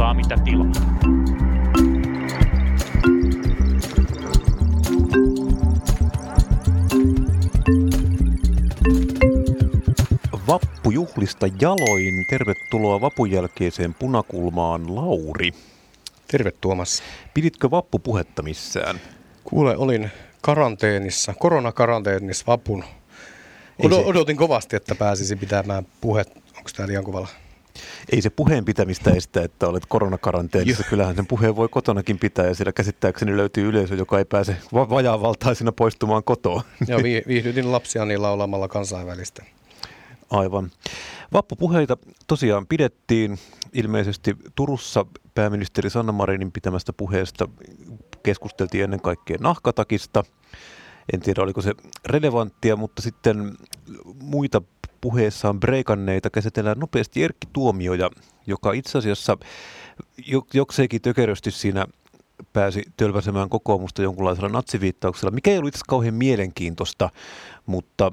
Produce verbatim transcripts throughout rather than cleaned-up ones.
saa mitä tilaa. Vappujuhlista jaloin. Tervetuloa vapun jälkeiseen Punakulmaan, Lauri. Terve Tuomas. Piditkö vappupuhetta missään? Kuule, olin karanteenissa, koronakaranteenissa vapun. Od- odotin kovasti, että pääsisi pitämään puhet. Onko tämä liian kovalla? Ei se puheen pitämistä estä, että olet koronakaranteenissa. Kyllähän sen puheen voi kotonakin pitää ja siellä käsittääkseni löytyy yleisö, joka ei pääse va- vajaavaltaisena poistumaan kotoa. Joo, vi- viihdytin lapsiani laulamalla kansainvälistä. Aivan. Vappupuheita tosiaan pidettiin. Ilmeisesti Turussa pääministeri Sanna Marinin pitämästä puheesta keskusteltiin ennen kaikkea nahkatakista. En tiedä, oliko se relevanttia, mutta sitten muita puheessaan breikanneita käsitellään nopeasti Erkki Tuomioja, joka itse asiassa jokseenkin tökerösti siinä pääsi tölväsemään kokoomusta jonkunlaisella natsiviittauksella, mikä ei ollut itse asiassa kauhean mielenkiintoista, mutta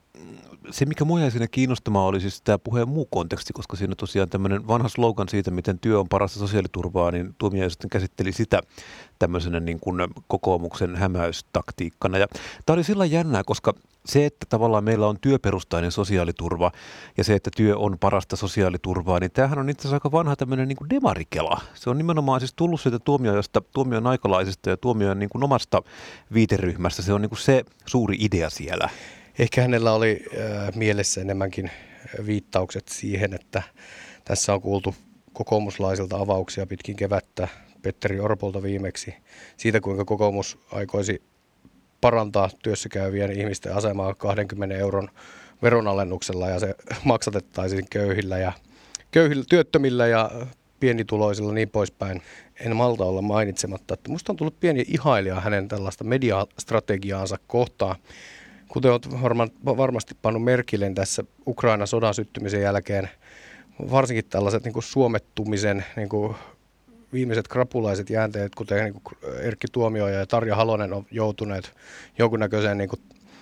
se, mikä mua jäi siinä kiinnostamaan, oli siis tämä puheen muu konteksti, koska siinä tosiaan tämmöinen vanha slogan siitä, miten työ on parasta sosiaaliturvaa, niin Tuomioja sitten käsitteli sitä tämmöisenä niin kuin kokoomuksen hämäystaktiikkana. Ja tämä oli sillä jännää, koska se, että tavallaan meillä on työperustainen sosiaaliturva ja se, että työ on parasta sosiaaliturvaa, niin tämähän on itse asiassa aika vanha tämmöinen niin kuin demarikela. Se on nimenomaan siis tullut siitä Tuomiojasta, Tuomion aikalaisista ja Tuomion niin kuin omasta viiteryhmästä. Se on niin kuin se suuri idea siellä. Ehkä hänellä oli äh, mielessä enemmänkin viittaukset siihen, että tässä on kuultu kokoomuslaisilta avauksia pitkin kevättä, Petteri Orpolta viimeksi, siitä kuinka kokoomus aikoisi parantaa työssäkäyvien ihmisten asemaa kaksikymmentä euron veronalennuksella ja se maksatettaisiin köyhillä ja köyhillä, työttömillä ja pienituloisilla niin poispäin. En malta olla mainitsematta, että musta on tullut pieni ihailija hänen tällaista mediastrategiaansa kohtaan. Kuten olet varmaan, varmasti pannut merkille tässä Ukraina-sodan syttymisen jälkeen, varsinkin tällaiset niin kuin suomettumisen niin kuin viimeiset krapulaiset jäänteet, kuten niin kuin Erkki Tuomioja ja Tarja Halonen on joutuneet jonkunnäköiseen niin kuin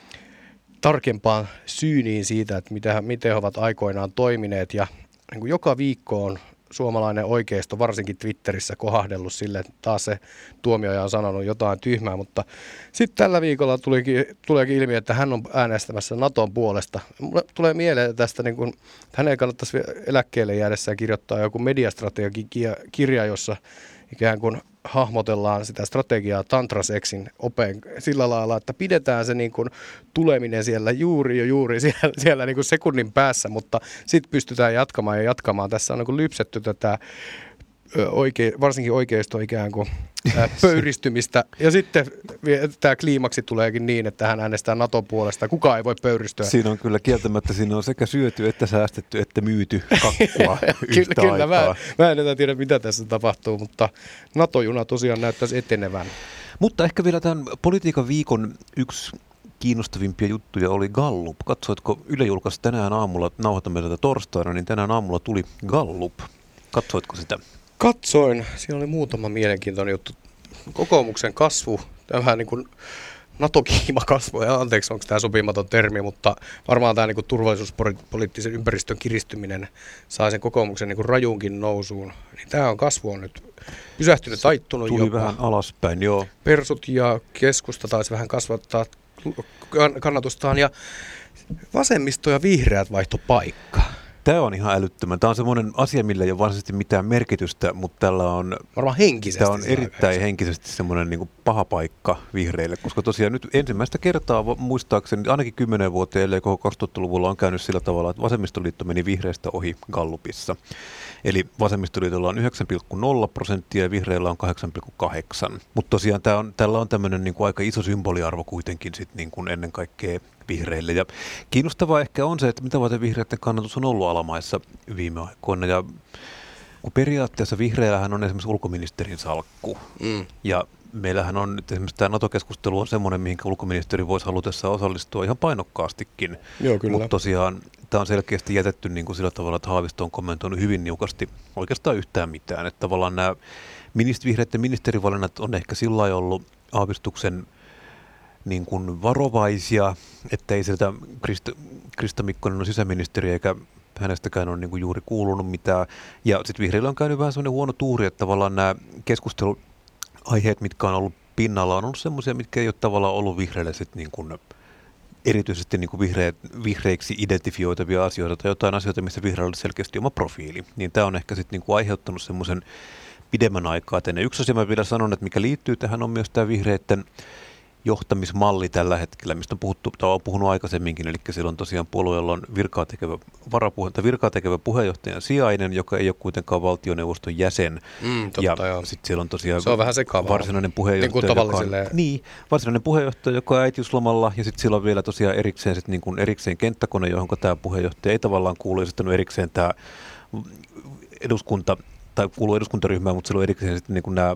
tarkempaan syyniin siitä, että miten, miten he ovat aikoinaan toimineet. Ja niin kuin joka viikko on suomalainen oikeisto, varsinkin Twitterissä, kohahdellut sille, että taas se Tuomioja on sanonut jotain tyhmää, mutta sitten tällä viikolla tulikin, tuleekin ilmi, että hän on äänestämässä Naton puolesta. Mulle tulee mieleen tästä, niin kun, että hänen kannattaisi eläkkeelle jäädessään kirjoittaa joku mediastrategia-kirja, jossa ikään kuin hahmotellaan sitä strategiaa tantraseksin opeen sillä lailla, että pidetään se niin kuin tuleminen siellä juuri jo juuri siellä, siellä niin kuin sekunnin päässä, mutta sitten pystytään jatkamaan ja jatkamaan. Tässä on niin kuin lypsetty tätä Oike, varsinkin oikeisto ikään kuin ää, pöyristymistä. Ja sitten tämä kliimaksi tuleekin niin, että hän äänestää Naton puolesta. Kukaan ei voi pöyristyä. Siinä on kyllä kieltämättä, siinä on sekä syöty että säästetty että myyty kakkua yhtä kyllä, aikaa. Mä, mä en enää tiedä, mitä tässä tapahtuu, mutta NATO-juna tosiaan näyttäisi etenevän. Mutta ehkä vielä tämän politiikan viikon yksi kiinnostavimpia juttuja oli Gallup. Katsoitko, Yle julkaisi tänään aamulla, nauhoitamme tätä torstaina, niin tänään aamulla tuli Gallup. Katsoitko sitä? Katsoin. Siinä oli muutama mielenkiintoinen juttu. Kokoomuksen kasvu, vähän niin kuin NATO-kiima kasvu, ja anteeksi, onko tämä sopimaton termi, mutta varmaan tämä niin kuin turvallisuuspoliittisen ympäristön kiristyminen saa sen kokoomuksen niin kuin rajuunkin nousuun. Niin tämä on kasvu on nyt pysähtynyt, taittunut tuli jopa. Vähän alaspäin, joo. Persut ja keskusta taisi vähän kasvattaa kannatustaan, ja vasemmisto ja vihreät vaihto paikkaa. Tämä on ihan älyttömän. Tämä on semmoinen asia, millä ei ole varsinaisesti mitään merkitystä, mutta tällä on, varmaan henkisesti. tämä on erittäin henkisesti semmoinen niin kuin paha paikka vihreille, koska tosiaan nyt ensimmäistä kertaa muistaakseni ainakin kymmenen vuoteen, ellei koko kaksituhattaluvulla on käynyt sillä tavalla, että vasemmistoliitto meni vihreistä ohi Gallupissa. Eli vasemmistoliitolla on yhdeksän pilkku nolla prosenttia ja vihreillä on kahdeksan pilkku kahdeksan. Mutta tosiaan tämä on, tällä on tämmöinen niin kuin aika iso symboliarvo kuitenkin sit niin kuin ennen kaikkea vihreille. Ja kiinnostavaa ehkä on se, että mitä varten vihreiden kannatus on ollut alamaissa viime aikoina. Ja kun periaatteessa vihreillähän on esimerkiksi ulkoministerin salkku. Mm. Ja meillähän on nyt esimerkiksi tämä NATO-keskustelu on semmoinen, mihin ulkoministeri voisi halutessaan osallistua ihan painokkaastikin. Joo, kyllä. Mutta tosiaan tämä on selkeästi jätetty niin kuin sillä tavalla, että Haavisto on kommentoinut hyvin niukasti oikeastaan yhtään mitään. Että tavallaan nämä minist- vihreiden ministerivalinnat on ehkä sillä lailla ollut aavistuksen niin kuin varovaisia, että ei sieltä Krista, Krista Mikkonen on sisäministeri eikä hänestäkään ole niin kuin juuri kuulunut mitään. Ja sitten vihreillä on käynyt vähän sellainen huono tuuri, että tavallaan nämä keskusteluaiheet, mitkä on ollut pinnalla, on ollut semmoisia, mitkä ei ole tavallaan ollut vihreille sitten niin kuin erityisesti niin kuin vihreä, vihreiksi identifioitavia asioita tai jotain asioita, missä vihreillä on selkeästi oma profiili. Niin tämä on ehkä sitten niin kuin aiheuttanut semmoisen pidemmän aikaa tänne. Yksi asia mä vielä sanon, että mikä liittyy tähän on myös tämä vihreiden johtamismalli tällä hetkellä, mistä on puhuttu, tai on puhunut aikaisemminkin, eli siellä on tosiaan puolueella on virkaa tekevä, varapuhe, tai virkaa tekevä puheenjohtajan sijainen, joka ei ole kuitenkaan valtioneuvoston jäsen. Mm, totta, ja sitten siellä on tosiaan se on vähän sekavaa. Varsinainen puheenjohtaja, niin joka on, niin, varsinainen puheenjohtaja, joka on äitiyslomalla, ja sitten siellä on vielä tosiaan erikseen, sit niin kuin erikseen kenttäkone, johon tämä puheenjohtaja ei tavallaan kuulu, ja sitten on erikseen tämä eduskunta, tai kuuluu eduskuntaryhmään, mutta siellä on erikseen sitten niin kuin nämä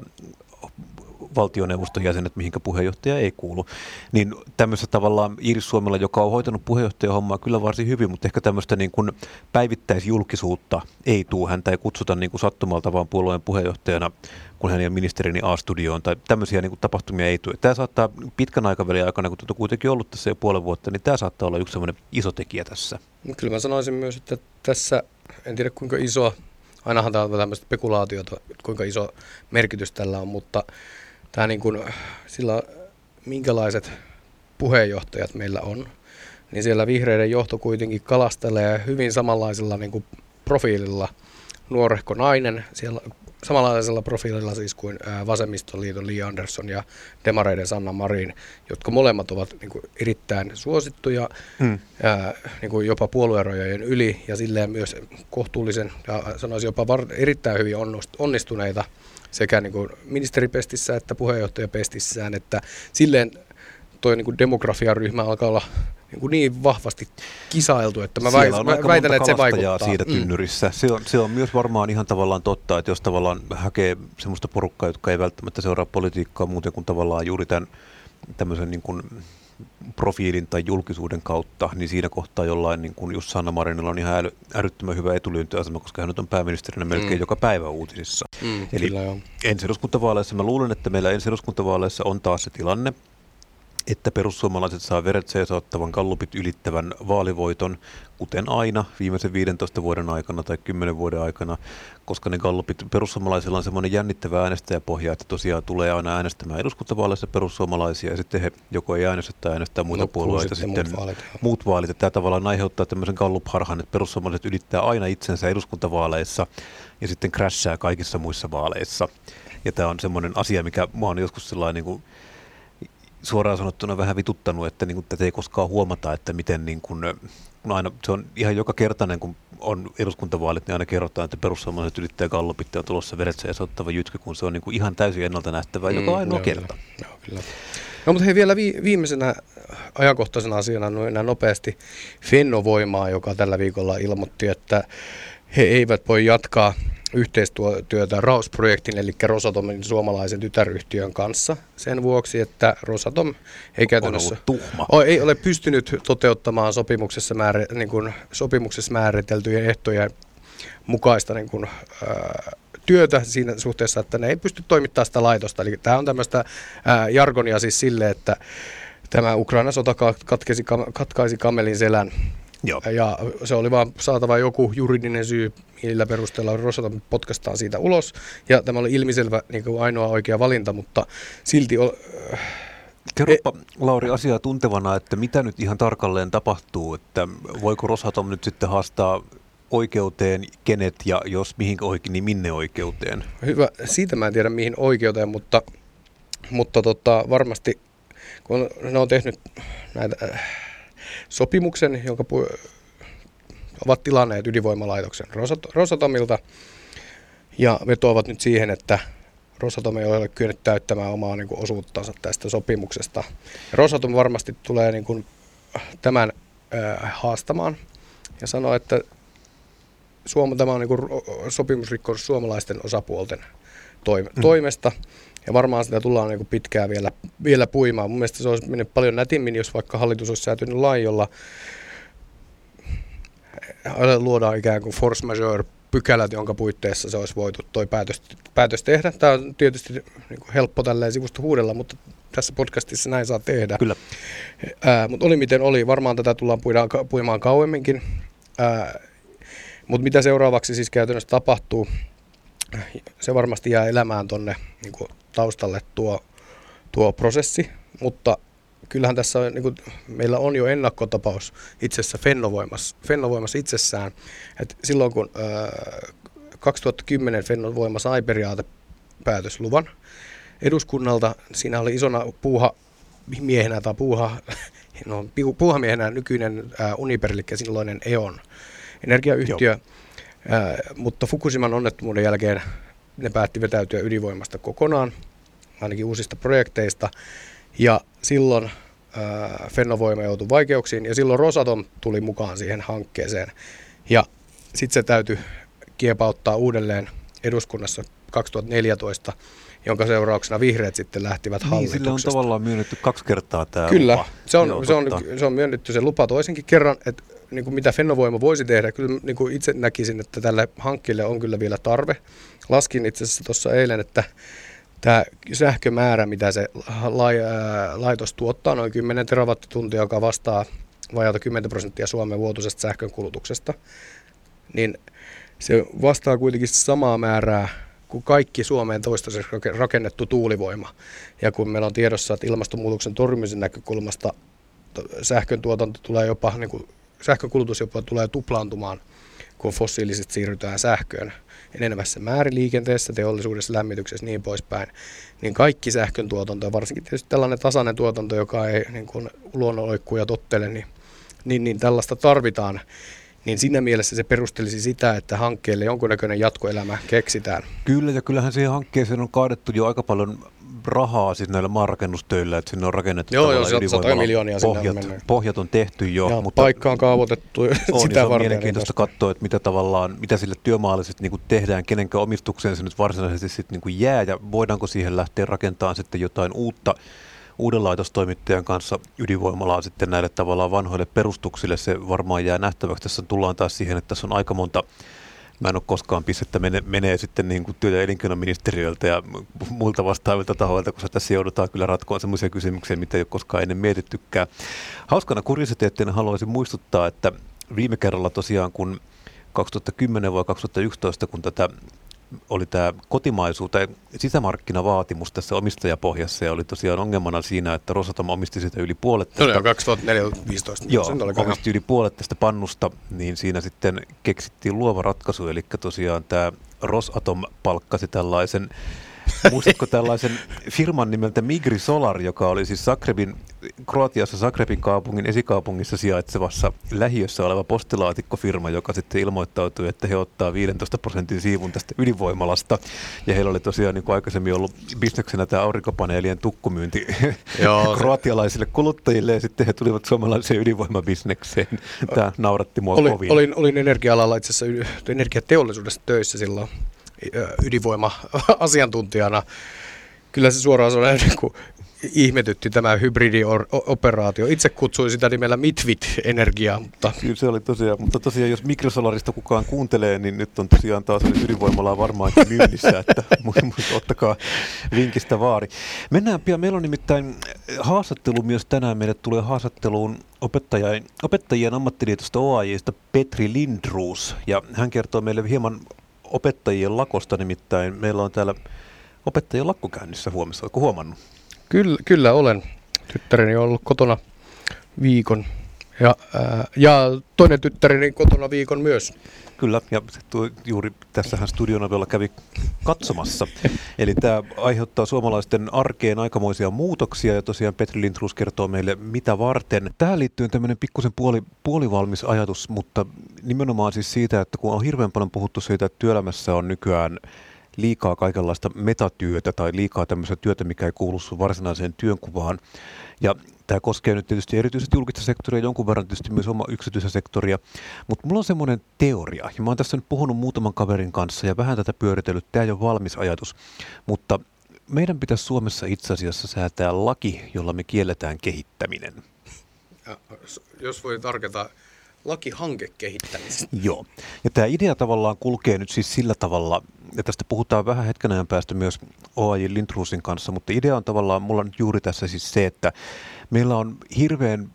valtioneuvoston jäsenet, mihinkä puheenjohtaja ei kuulu. Niin tämmöistä tavallaan Iiris Suomela, joka on hoitanut puheenjohtajahommaa kyllä varsin hyvin, mutta ehkä tämmöistä niin kuin päivittäisjulkisuutta ei tule. Häntä ei kutsuta niin kuin sattumalta vaan puolueen puheenjohtajana, kun hän ei ole ministerini A-studioon, tai tämmöisiä niin kuin tapahtumia ei tule. Tämä saattaa pitkän aikavälin aikana, kun tuota kuitenkin ollut tässä jo puolen vuotta, niin tämä saattaa olla yksi semmoinen iso tekijä tässä. Kyllä mä sanoisin myös, että tässä, en tiedä kuinka iso, ainahan tämä on tämmöistä spekulaatiota, kuinka iso merkitys tällä on, mutta tämä niin kuin, sillä minkälaiset puheenjohtajat meillä on, niin siellä vihreiden johto kuitenkin kalastelee hyvin samanlaisella niin kuin profiililla nuorehko nainen, siellä samanlaisella profiililla siis kuin Vasemmistoliiton Li Andersson ja demareiden Sanna Marin, jotka molemmat ovat niin kuin erittäin suosittuja, hmm. ää, niin kuin jopa puoluerajojen yli ja silleen myös kohtuullisen ja sanoisin jopa var- erittäin hyvin onnistuneita sekä niin kuin ministeripestissä että puheenjohtajapestissään, että silleen toi niin kuin demografiaryhmä alkaa olla niin, kuin niin vahvasti kisailtu, että mä siellä on väitän, väitän että se vaikuttaa. Siitä tynnyrissä. Mm. Se, on, se on myös varmaan ihan tavallaan totta, että jos tavallaan hakee semmoista porukkaa, jotka ei välttämättä seuraa politiikkaa muuten kuin tavallaan juuri tämän tämmöisen niin kuin profiilin tai julkisuuden kautta, niin siinä kohtaa jollain, niin kuin just Sanna Marinilla on ihan äly, älyttömän hyvä etulyöntiasema, koska hän on pääministerinä melkein mm. joka päivä uutisissa. Mm, Eli ensi eduskuntavaaleissa, mä luulen, että meillä ensi eduskuntavaaleissa on taas se tilanne, että perussuomalaiset saa veret seisauttavan gallupit ylittävän vaalivoiton, kuten aina viimeisen viidentoista vuoden aikana tai kymmenen vuoden aikana, koska ne gallupit, perussuomalaisilla on semmoinen jännittävä äänestäjäpohja, että tosiaan tulee aina äänestämään eduskuntavaaleissa perussuomalaisia, ja sitten he joko ei äänestä tai äänestää muita no, puolueita, sitten muut vaalit. muut vaalit. Tämä tavallaan aiheuttaa tämmöisen gallup-harhan, että perussuomalaiset ylittää aina itsensä eduskuntavaaleissa, ja sitten crashaa kaikissa muissa vaaleissa. Ja tämä on semmoinen asia, mikä mua on joskus sellainen niin kuin suoraan sanottuna vähän vituttanut, että niin kuin tätä ei koskaan huomata, että miten niin kuin, kun aina, se on ihan joka kertainen, kun on eduskuntavaalit, niin aina kerrotaan, että perussuomalaiset ylittää gallupit ja on tulossa veret seisottava jytky, kun se on niin kuin ihan täysin ennalta nähtävää, mm, joka ainoa kerta. Joo, kyllä. No, mutta hei, vielä vi- viimeisenä ajankohtaisena asiana noin nopeasti Fennovoimaa, joka tällä viikolla ilmoitti, että he eivät voi jatkaa yhteistyötä R A U S-projektin, eli Rosatomin suomalaisen tytäryhtiön kanssa sen vuoksi, että Rosatom ei käytännössä ei ole pystynyt toteuttamaan sopimuksessa, määrä, niin kuin, sopimuksessa määriteltyjen ehtojen mukaista niin kuin, ää, työtä siinä suhteessa, että ne ei pysty toimittamaan sitä laitosta. Eli tämä on tämmöistä ää, jargonia siis sille, että tämä Ukrainan sota katkesi, katkaisi kamelin selän. Joo. Ja se oli vaan saatava joku juridinen syy, millä perusteella Rosatom potkaistaan siitä ulos. Ja tämä oli ilmiselvä niin kuin ainoa oikea valinta, mutta silti... Ol... Kerropa, Lauri, asiaa tuntevana, että mitä nyt ihan tarkalleen tapahtuu, että voiko Rosatom nyt sitten haastaa oikeuteen kenet ja jos mihin oikein, niin minne oikeuteen? Hyvä, siitä mä en tiedä mihin oikeuteen, mutta, mutta tota, varmasti kun ne on tehnyt näitä... sopimuksen, jonka pu- ovat tilanneet ydinvoimalaitoksen Rosat- Rosatomilta ja vetoavat nyt siihen, että Rosatom ei ole kyennyt täyttämään omaa niin kuin, osuuttansa tästä sopimuksesta. Ja Rosatom varmasti tulee niin kuin, tämän äh, haastamaan ja sanoo, että Suoma, tämä on niin kuin, sopimusrikkomus suomalaisten osapuolten toime- mm. toimesta. Ja varmaan sitä tullaan niin kuin pitkään vielä, vielä puimaan. Mun mielestä se olisi mennyt paljon nätimmin, jos vaikka hallitus olisi säätynyt lain, jolla luodaan ikään kuin force majeure pykälät, jonka puitteissa se olisi voitu toi päätös, päätös tehdä. Tämä on tietysti niin kuin helppo tälleen sivusta huudella, mutta tässä podcastissa näin saa tehdä. Kyllä. Ää, mutta oli miten oli. Varmaan tätä tullaan puimaan, puimaan kauemminkin. Ää, Mutta mitä seuraavaksi siis käytännössä tapahtuu, se varmasti jää elämään tuonne niin kuin taustalle tuo, tuo prosessi, mutta kyllähän tässä on, niin kuin, meillä on jo ennakkotapaus itse asiassa Fennovoimassa, Fennovoimassa itsessään, että silloin kun ää, kaksituhattakymmenen Fennovoima sai periaatepäätösluvan eduskunnalta, siinä oli isona puuhamiehenä tai puuha, no, puuhamiehenä nykyinen ää, Uniper, eli silloinen E O N energiayhtiö, ää, mutta Fukushiman onnettomuuden jälkeen ne päätti vetäytyä ydinvoimasta kokonaan, ainakin uusista projekteista, ja silloin ää, Fennovoima joutui vaikeuksiin, ja silloin Rosatom tuli mukaan siihen hankkeeseen, ja sitten se täytyi kiepauttaa uudelleen eduskunnassa kaksituhattaneljätoista, jonka seurauksena vihreät sitten lähtivät niin, hallituksesta. Sille on tavallaan myönnetty kaksi kertaa tämä Kyllä, lupa. se on, se, on, se on myönnetty se lupa toisenkin kerran, että niin kuin mitä Fennovoima voisi tehdä. Kyllä niin kuin itse näkisin, että tälle hankkeelle on kyllä vielä tarve. Laskin itse asiassa tuossa eilen, että tämä sähkömäärä, mitä se laitos tuottaa, noin kymmenen terawattituntia, joka vastaa vajaata kymmenen prosenttia Suomen vuotuisesta sähkön kulutuksesta, niin se vastaa kuitenkin samaa määrää kuin kaikki Suomeen toistaiseksi rakennettu tuulivoima. Ja kun meillä on tiedossa, että ilmastonmuutoksen torjumisen näkökulmasta sähkön tuotanto tulee jopa, niin kuin sähkön kulutus jopa tulee tuplaantumaan, kun fossiilisista siirrytään sähköön enenevässä määrin liikenteessä, teollisuudessa, lämmityksessä niin poispäin, niin kaikki sähkön tuotanto, ja varsinkin tietysti tällainen tasainen tuotanto, joka ei niin kuin luonnonoikkuja tottele, niin, niin, niin tällaista tarvitaan. Niin siinä mielessä se perustelisi sitä, että hankkeelle jonkunnäköinen jatkoelämä keksitään. Kyllä, ja kyllähän siihen hankkeeseen on kaadettu jo aika paljon rahaa siis näillä maanrakennustöillä, että sinne on rakennettu joo, joo, sata miljoonia pohjat, pohjat on tehty jo. Ja mutta paikka on kaavoitettu on, sitä varten. On mielenkiintoista katsoa, että mitä tavallaan, mitä sille työmaallisesti niin kuin tehdään, kenenkä omistukseen se nyt varsinaisesti sitten niin kuin jää, ja voidaanko siihen lähteä rakentamaan sitten jotain uutta, uuden laitostoimittajan kanssa ydinvoimalaa sitten näille tavallaan vanhoille perustuksille. Se varmaan jää nähtäväksi. Tässä tullaan taas siihen, että tässä on aika monta, mä en ole koskaan pistettä, menee, menee sitten niin kuin työ- ja elinkeinoministeriöltä ja muilta vastaavilta tahoilta, koska tässä joudutaan kyllä ratkoon sellaisia kysymyksiä, mitä ei ole koskaan ennen mietittykään. Hauskana kuriositeettina haluaisin muistuttaa, että viime kerralla tosiaan, kun kaksituhattakymmenen vai kaksituhattayksitoista, kun tätä oli tämä kotimaisuus tai sisämarkkinavaatimus tässä omistajapohjassa, ja oli tosiaan ongelmana siinä, että Rosatom omisti sitä yli puolet. Tästä, no, kaksituhattaneljätoista. Joo, omisti yli puolet tästä pannusta, niin siinä sitten keksittiin luova ratkaisu, eli tosiaan tämä Rosatom palkkasi tällaisen, muistatko tällaisen firman nimeltä Migri Solar, joka oli siis Zagrebin, Kroatiassa Zagrebin kaupungin esikaupungissa sijaitsevassa lähiössä oleva postilaatikkofirma, joka sitten ilmoittautui, että he ottaa viisitoista prosentin siivun tästä ydinvoimalasta. Ja heillä oli tosiaan niin kuin aikaisemmin ollut bisneksenä tämä aurinkopaneelien tukkumyynti kroatialaisille kuluttajille, ja sitten he tulivat suomalaiseen ydinvoimabisnekseen. Tämä nauratti mua olin, kovin. Olin, olin energia-alalla itse asiassa energiateollisuudessa töissä silloin ydinvoima-asiantuntijana. Kyllä se suoraan sanoen niin kuin ihmetytti tämä hybridioperaatio. Itse kutsuin sitä nimellä Mitvit-energiaa. Mutta kyllä se oli tosiaan, mutta tosiaan jos Microsolarista kukaan kuuntelee, niin nyt on tosiaan taas ydinvoimalaa varmaankin myynnissä, että ottakaa vinkistä vaari. Mennään pian, meillä on nimittäin haastattelu myös tänään, meille tulee haastatteluun opettajien, opettajien ammattiliitosta O A J:stä Petri Lindroos, ja hän kertoo meille hieman opettajien lakosta, nimittäin meillä on täällä opettajien lakkokäynnissä Suomessa. Oletko huomannut? Kyllä, kyllä olen. Tyttäreni on ollut kotona viikon ja, ää, ja toinen tyttäreni kotona viikon myös. Kyllä, ja juuri tässähän Studionavella kävi katsomassa. Eli tämä aiheuttaa suomalaisten arkeen aikamoisia muutoksia, ja tosiaan Petri Lindroos kertoo meille mitä varten. Tähän liittyy tämmöinen pikkusen puoli, puolivalmis ajatus, mutta nimenomaan siis siitä, että kun on hirveän paljon puhuttu siitä, että työelämässä on nykyään liikaa kaikenlaista metatyötä tai liikaa tämmöistä työtä, mikä ei kuulu varsinaiseen työnkuvaan. Ja tämä koskee nyt tietysti erityisesti julkista sektoria, jonkun verran tietysti myös oma yksityistä sektoria, mutta mulla on semmoinen teoria, ja mä oon tässä nyt puhunut muutaman kaverin kanssa ja vähän tätä pyöritellyt, tämä ei ole valmis ajatus, mutta meidän pitäisi Suomessa itse asiassa säätää laki, jolla me kielletään kehittäminen. Ja, jos voi tarkentaa, laki hankekehittämisestä. Joo, ja tämä idea tavallaan kulkee nyt siis sillä tavalla, ja tästä puhutaan vähän hetken ajan päästä myös O A J Lindroosin kanssa, mutta idea on tavallaan, mulla on nyt juuri tässä siis se, että meillä on hirveän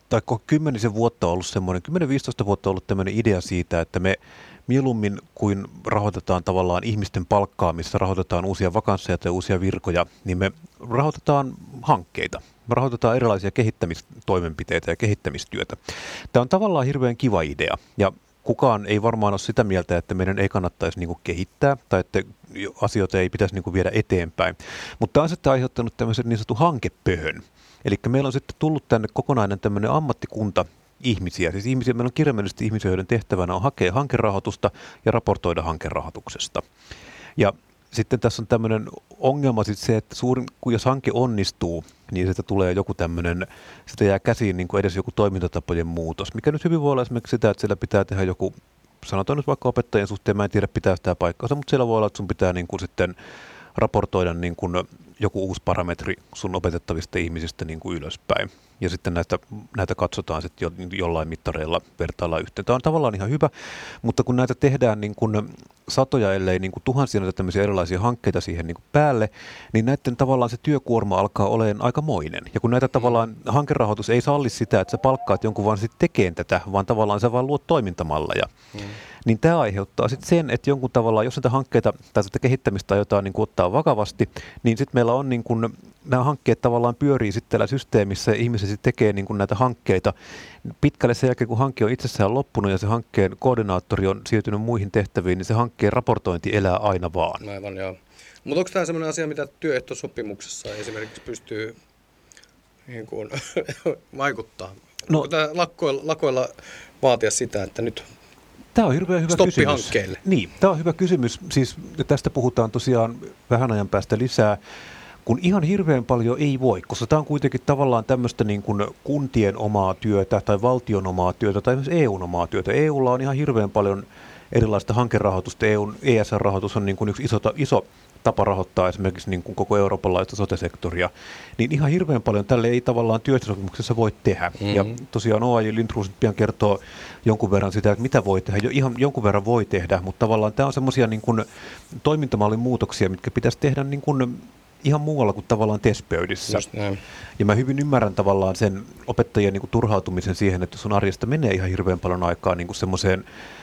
tai kymmenisen vuotta ollut semmoinen, kymmenen viisitoista vuotta ollut tämmöinen idea siitä, että me mieluummin kuin rahoitetaan tavallaan ihmisten palkkaamista, rahoitetaan uusia vakansseja tai uusia virkoja, niin me rahoitetaan hankkeita. Me rahoitetaan erilaisia kehittämistoimenpiteitä ja kehittämistyötä. Tämä on tavallaan hirveän kiva idea ja kukaan ei varmaan ole sitä mieltä, että meidän ei kannattaisi niin kuin kehittää tai että asioita ei pitäisi niin kuin viedä eteenpäin. Mutta tämä on sitten aiheuttanut tämmöisen niin sanotun hankepöhön. Eli meillä on sitten tullut tänne kokonainen tämmöinen ammattikunta ihmisiä. Siis ihmisiä, meillä on kirjaimellisesti ihmisiä, joiden tehtävänä on hakea hankerahoitusta ja raportoida hankerahoituksesta. Ja sitten tässä on tämmöinen ongelma sitten se, että suurin, kun jos hanke onnistuu, niin sitä tulee joku tämmöinen, sitä jää käsiin niin kuin edes joku toimintatapojen muutos, mikä nyt hyvin voi olla esimerkiksi sitä, että siellä pitää tehdä joku, sanotaan nyt vaikka opettajien suhteen, mä en tiedä pitää sitä paikkaansa, mutta siellä voi olla, että sun pitää niin kuin sitten raportoida niin kuin joku uusi parametri sun opetettavista ihmisistä niin kuin ylöspäin. Ja sitten näitä, näitä katsotaan sitten jo, jollain mittareilla vertaillaan yhteen. Tämä on tavallaan ihan hyvä, mutta kun näitä tehdään niin kuin satoja, ellei niin kuin tuhansia näitä tämmöisiä erilaisia hankkeita siihen niin kuin päälle, niin näiden tavallaan se työkuorma alkaa olemaan aikamoinen. Ja kun näitä tavallaan hankerahoitus ei salli sitä, että sä palkkaat jonkun vaan sitten tekemään tätä, vaan tavallaan sä vaan luot toimintamalleja. Mm. Niin tämä aiheuttaa sitten sen, että jonkun tavallaan, jos näitä hankkeita tai sitä kehittämistä aiotaan niin kuin ottaa vakavasti, niin sitten meillä on niin kuin, nämä hankkeet tavallaan pyörii sitten tällä systeemissä ja ihmiset sitten tekee niin kuin näitä hankkeita. Pitkälle sen jälkeen, kun hanke on itsessään loppunut ja se hankkeen koordinaattori on siirtynyt muihin tehtäviin, niin se hankkeen raportointi elää aina vaan. Aivan, joo. Mutta onko tämä sellainen asia, mitä työehtosopimuksessa esimerkiksi pystyy niin kuin, vaikuttaa? No, onko tämä lakoilla, lakoilla vaatia sitä, että nyt tämä on hirveän hyvä stoppi kysymys. Hankkeelle? Niin, tämä on hyvä kysymys. Siis tästä puhutaan tosiaan vähän ajan päästä lisää, kun ihan hirveän paljon ei voi, koska tämä on kuitenkin tavallaan tämmöistä niin kuin kuntien omaa työtä tai valtion omaa työtä tai myös E U:n omaa työtä. E U:lla on ihan hirveän paljon erilaista hankerahoitusta. E U:n E S R-rahoitus on niin kuin yksi iso, iso tapa rahoittaa esimerkiksi niin kuin koko eurooppalaista sote-sektoria, niin ihan hirveän paljon tälle ei tavallaan työehtosopimuksessa voi tehdä. Mm-hmm. Ja tosiaan O A J Lindroos pian kertoo jonkun verran sitä, että mitä voi tehdä. Jo, ihan jonkun verran voi tehdä, mutta tavallaan tämä on semmoisia niin kuin toimintamallin muutoksia, mitkä pitäisi tehdä niin kuin ihan muualla kuin tavallaan testpöydissä. Ja mä hyvin ymmärrän tavallaan sen opettajien niin kuin turhautumisen siihen, että sun arjesta menee ihan hirveän paljon aikaa niin kuin semmoiseen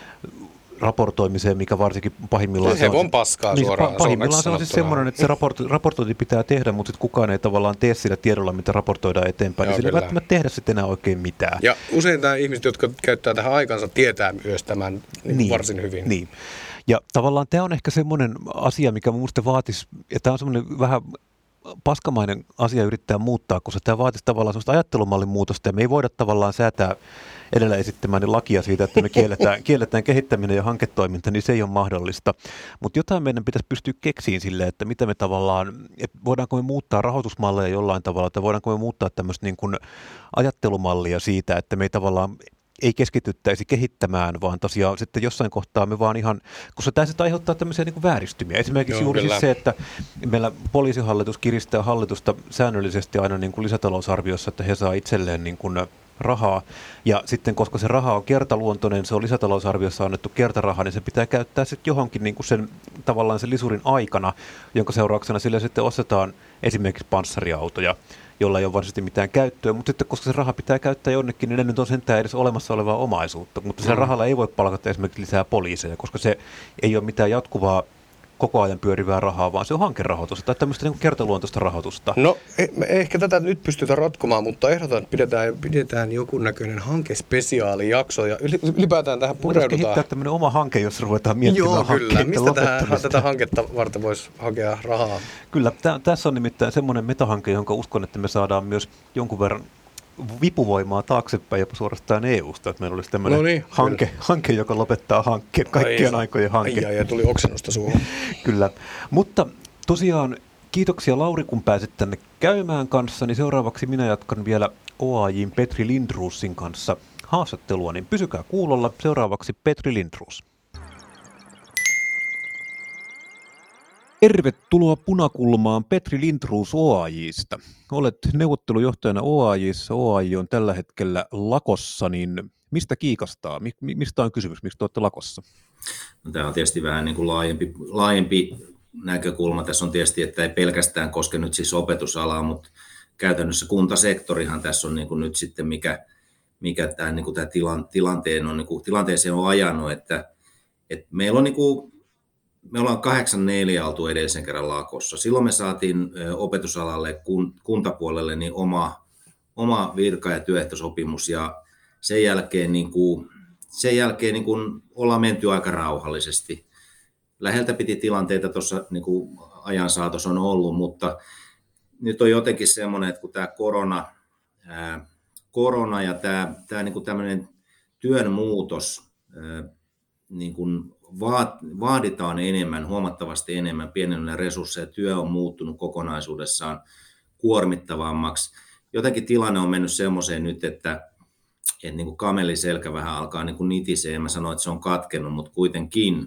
raportoimiseen, mikä varsinkin pahimmillaan se on paskaa niin suoraan. Pahimmillaan se on siis semmoinen, että se raporto, raportointi pitää tehdä, mutta sitten kukaan ei tavallaan tee sillä tiedolla, mitä raportoidaan eteenpäin, joo, niin sillä ei välttämättä tehdä sitten enää oikein mitään. Ja usein tämä ihmiset, jotka käyttää tähän aikansa, tietää myös tämän niin, varsin hyvin. Niin. Ja tavallaan tämä on ehkä semmoinen asia, mikä minusta vaatisi, ja tämä on semmoinen vähän paskamainen asia yrittää muuttaa, koska tämä vaatisi tavallaan semmoista ajattelumallin muutosta, ja me ei voida tavallaan säätää edellä esittämäni lakia siitä, että me kielletään, kielletään kehittäminen ja hanketoiminta, niin se ei ole mahdollista. Mutta jotain meidän pitäisi pystyä keksiin silleen, että mitä me tavallaan, että voidaanko me muuttaa rahoitusmalleja jollain tavalla, että voidaanko me muuttaa tämmöistä niin kuin ajattelumallia siitä, että me ei tavallaan ei keskityttäisi kehittämään, vaan tosiaan sitten jossain kohtaa me vaan ihan, koska tämä sitten aiheuttaa tämmöisiä niin kuin vääristymiä. Esimerkiksi Joo, juuri siis se, että meillä poliisihallitus kiristää hallitusta säännöllisesti aina niin kuin lisätalousarviossa, että he saa itselleen niin kuin rahaa, ja sitten koska se raha on kertaluontoinen, se on lisätalousarviossa annettu kertaraha, niin se pitää käyttää sitten johonkin niin kuin sen tavallaan sen lisurin aikana, jonka seurauksena sille sitten ostetaan esimerkiksi panssariautoja, jolla ei ole varsinaisesti mitään käyttöä, mutta sitten koska se raha pitää käyttää jonnekin, niin ne nyt on sentään edes olemassa olevaa omaisuutta, mutta sillä mm. rahalla ei voi palkata esimerkiksi lisää poliiseja, koska se ei ole mitään jatkuvaa koko ajan pyörivää rahaa, vaan se on hankerahoitusta tai tämmöistä niin kuin kertaluontoista rahoitusta. No me ehkä tätä nyt pystytään ratkomaan, mutta ehdotan, että pidetään, pidetään jonkun näköinen hankespesiaalijakso ja ylipäätään tähän pureudutaan. Voitaisiin kehittää tämmöinen oma hanke, jos ruvetaan miettimään Joo, hankkeiden kyllä. Mistä tähän, tätä hanketta varten voisi hakea rahaa? Kyllä, tä, tässä on nimittäin semmoinen metahanke, jonka uskon, että me saadaan myös jonkun verran vipuvoimaa taaksepäin jopa suorastaan E U:sta, että meillä olisi tämmöinen no niin, hanke, hanke, joka lopettaa hankkeen, kaikkien ai, aikojen hanke. Ai, ja tuli oksennusta suuhun. Kyllä, mutta tosiaan kiitoksia Lauri, kun pääsit tänne käymään kanssa, niin seuraavaksi minä jatkan vielä O A J:n Petri Lindroosin kanssa haastattelua, niin pysykää kuulolla. Seuraavaksi Petri Lindroos. Tervetuloa Punakulmaan, Petri Lindroos O A J:stä. Olet neuvottelujohtajana O A J:ssä. O A J on tällä hetkellä lakossa, niin mistä kiikastaa? Mi- mistä on kysymys? Miksi te olette lakossa? No, tämä on tietysti vähän niin kuin laajempi, laajempi näkökulma. Tässä on tietysti, että ei pelkästään koske nyt siis opetusalaa, mutta käytännössä kuntasektorihan tässä on niin kuin nyt sitten, mikä, mikä tämä, niin kuin tämä tilan, tilanteen on, niin kuin, tilanteeseen on ajanut, että, että meillä on niin kuin, me ollaan kahdeksan neljä oltu edellisen kerran lakossa. Silloin me saatiin opetusalalle, kuntapuolelle niin oma, oma virka- ja työehtosopimus, ja sen jälkeen, niin kuin, sen jälkeen niin kuin ollaan menty aika rauhallisesti. Läheltä piti tilanteita tuossa niin kuin ajan saatossa on ollut, mutta nyt on jotenkin semmoinen, että kun tämä korona, ää, korona ja tämä, tämä niin kuin tämmöinen työn muutos, ää, niin kuin vaaditaan enemmän, huomattavasti enemmän pienenä resursseja, työ on muuttunut kokonaisuudessaan kuormittavammaksi. Jotenkin tilanne on mennyt semmoiseen nyt, että, että niin kuin kamelin selkä vähän alkaa niin kuin nitisee, en mä sano, että se on katkennut, mutta kuitenkin,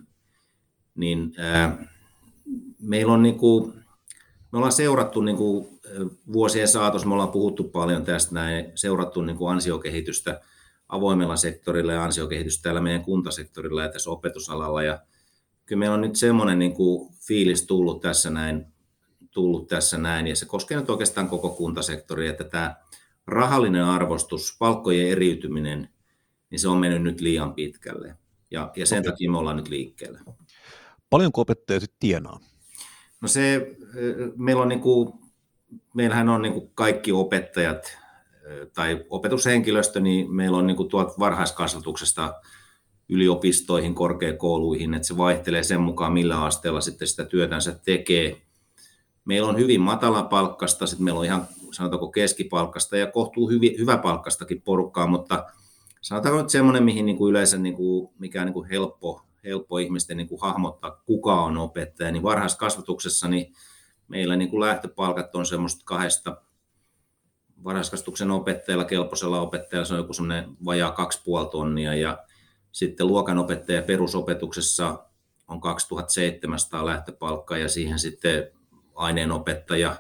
niin ää, meillä on niin kuin, me ollaan seurattu niin kuin vuosien saatossa, me ollaan puhuttu paljon tästä näin, seurattu niin kuin ansiokehitystä avoimella sektorilla ja ansiokehitystä täällä meidän kuntasektorilla ja tässä opetusalalla. Ja kyllä meillä on nyt semmoinen niin kuin fiilis tullut tässä, näin, tullut tässä näin, ja se koskee nyt oikeastaan koko kuntasektoria, että tämä rahallinen arvostus, palkkojen eriytyminen, niin se on mennyt nyt liian pitkälle. Ja, ja sen okay. takia me ollaan nyt liikkeellä. Paljonko opettaja sitten tienaa? No se, meillä on niin kuin, meillähän on niin kuin kaikki opettajat, tai opetushenkilöstö, niin meillä on niin kuin tuolta varhaiskasvatuksesta yliopistoihin, korkeakouluihin, että se vaihtelee sen mukaan, millä asteella sitten sitä työtänsä tekee. Meillä on hyvin matalapalkkasta, sitten meillä on ihan sanotaanko keskipalkkasta ja kohtuu hyvi, hyväpalkkastakin porukkaa, mutta sanotaanko nyt semmoinen, mihin niin kuin yleensä niin kuin, mikä on niin kuin helppo, helppo ihmisten niin kuin hahmottaa, kuka on opettaja, niin varhaiskasvatuksessa niin meillä niin kuin lähtöpalkat on semmoista kahdesta varhaiskasvatuksen opettajalla, kelpoisella opettajalla se on joku semmoinen vajaa kaksi pilkku viisi tonnia ja sitten luokanopettaja perusopetuksessa on kaksituhattaseitsemänsataa lähtöpalkkaa ja siihen sitten aineenopettaja,